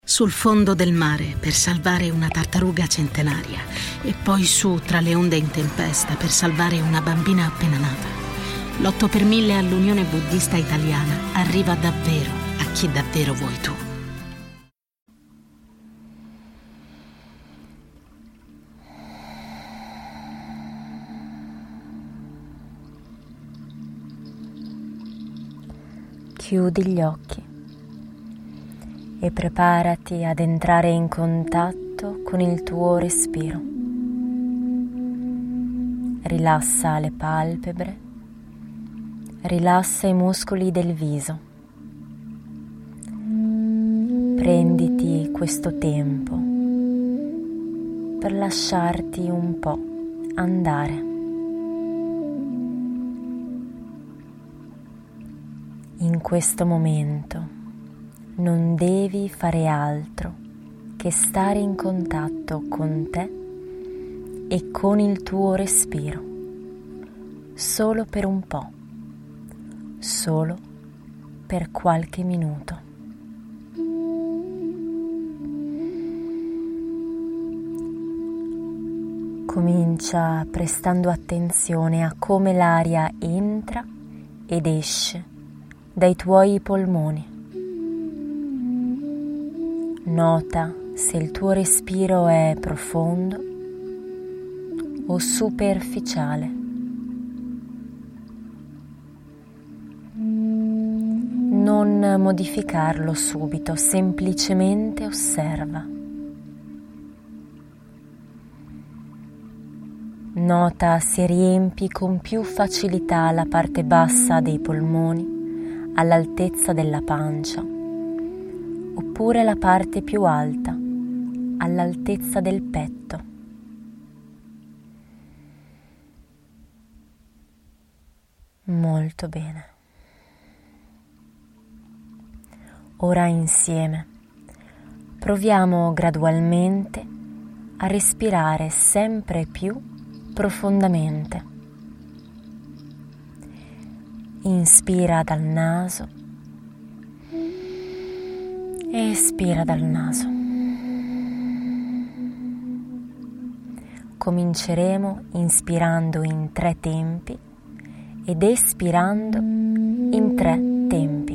Sul fondo del mare per salvare una tartaruga centenaria e poi su tra le onde in tempesta per salvare una bambina appena nata. L'8 per 1000 all'Unione Buddista Italiana arriva davvero a chi davvero vuoi tu. Chiudi gli occhi e preparati ad entrare in contatto con il tuo respiro. Rilassa le palpebre, rilassa i muscoli del viso. Prenditi questo tempo per lasciarti un po' andare. In questo momento non devi fare altro che stare in contatto con te e con il tuo respiro, solo per un po', solo per qualche minuto. Comincia prestando attenzione a come l'aria entra ed esce dai tuoi polmoni. Nota se il tuo respiro è profondo o superficiale. Non modificarlo subito, semplicemente osserva. Nota se riempi con più facilità la parte bassa dei polmoni all'altezza della pancia, oppure la parte più alta, all'altezza del petto. Molto bene. Ora insieme proviamo gradualmente a respirare sempre più profondamente. Inspira dal naso. Espira dal naso. Cominceremo inspirando in 3 tempi ed espirando in 3 tempi.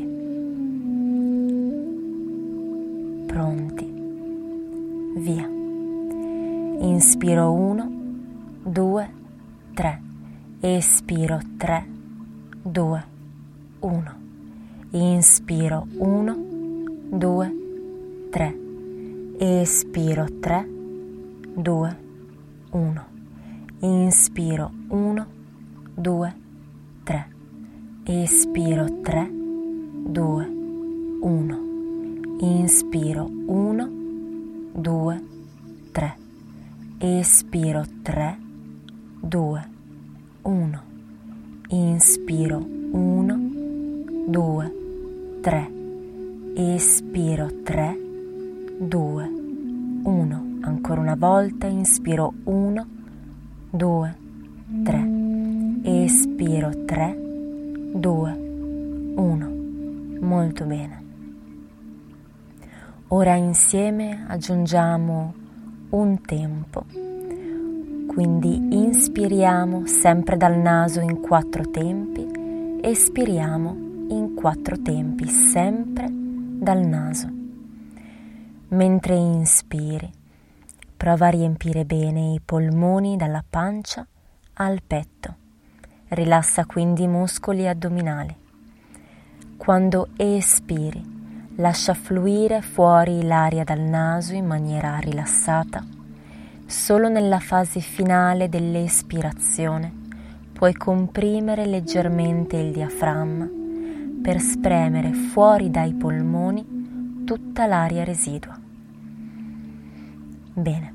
Pronti? Via. Inspiro 1, 2, 3. Espiro 3, 2, 1. Inspiro 1, 2, 3. Espiro 3, 2, 1. Inspiro 1, 2, 3. Espiro 3, 2, 1. Inspiro 1, 2, 3. Espiro 3, 2, 1. Inspiro 1, 2, 3. Espiro 3, 2, 1. Ancora una volta, inspiro 1, 2, 3. Espiro 3, 2, 1. Molto bene. Ora insieme aggiungiamo un tempo. Quindi inspiriamo sempre dal naso in 4 tempi, espiriamo in 4 tempi, sempre dal naso. Mentre inspiri, prova a riempire bene i polmoni dalla pancia al petto. Rilassa quindi i muscoli addominali. Quando espiri, lascia fluire fuori l'aria dal naso in maniera rilassata. Solo nella fase finale dell'espirazione puoi comprimere leggermente il diaframma per spremere fuori dai polmoni tutta l'aria residua. Bene.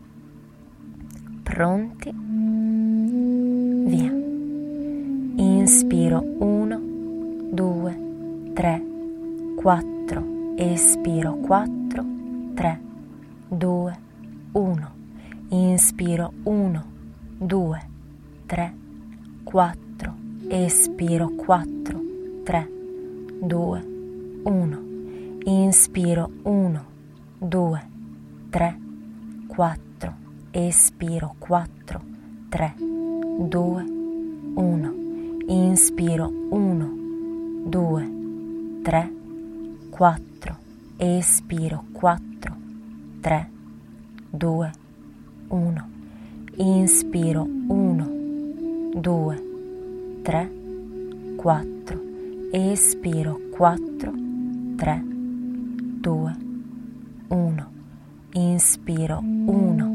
Pronti? Via. Inspiro 1, 2, 3, 4. Espiro 4, 3, 2, 1. Inspiro 1, 2, 3, 4. Espiro 4, 3, 2, 1. Inspiro 1, 2, 3, 4, espiro 4, 3, 2, 1, inspiro 1, 2, 3, 4, espiro 4, 3, 2, 1, inspiro 1, 2, 3, 4, espiro 4, 3, 2, 1, inspiro 1,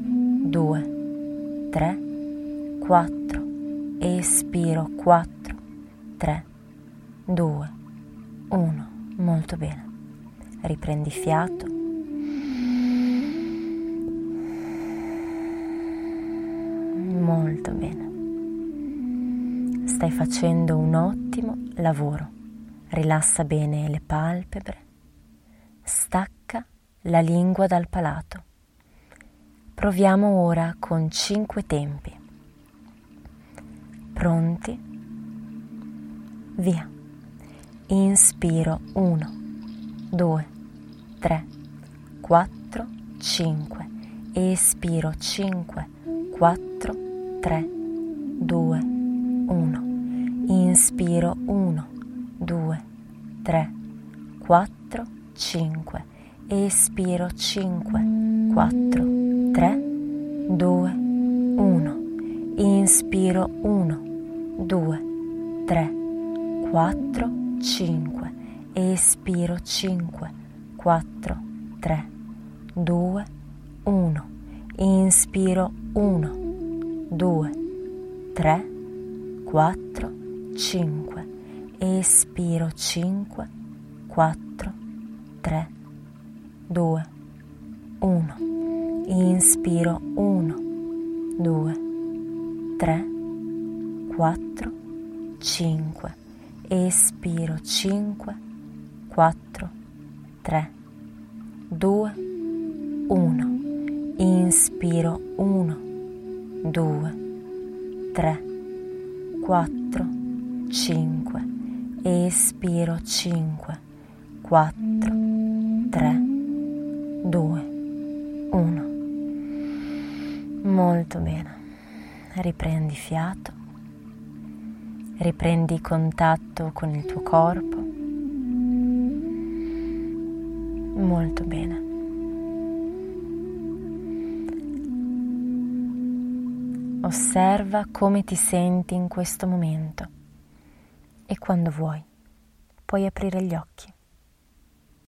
2, 3, 4, espiro 4, 3, 2, 1. Molto bene. Riprendi fiato. Molto bene. Stai facendo un ottimo lavoro. Rilassa bene le palpebre. Stacca la lingua dal palato. Proviamo ora con 5 tempi. Pronti? Via. Inspiro 1, 2, 3, 4, 5. Espiro 5, 4, 3, 2, 1. Inspiro 1, 2, 3, 4, 5. Espiro 5, 4, 3, 2, 1. Inspiro 1, 2, 3, 4, 5. Espiro 5, 4, 3, 2, 1. Inspiro 1, 2, 3, 4, 5. Espiro 5, 4, 3, 2, 1. Inspiro 1, 2, 3, 4, 5. Espiro 5, 4, 3, 2, 1. Inspiro 1, 2, 3, 4, 5. Espiro 5, 4, 3, 2, 1. Molto bene. Riprendi fiato. Riprendi contatto con il tuo corpo. Molto bene. Osserva come ti senti in questo momento e quando vuoi puoi aprire gli occhi.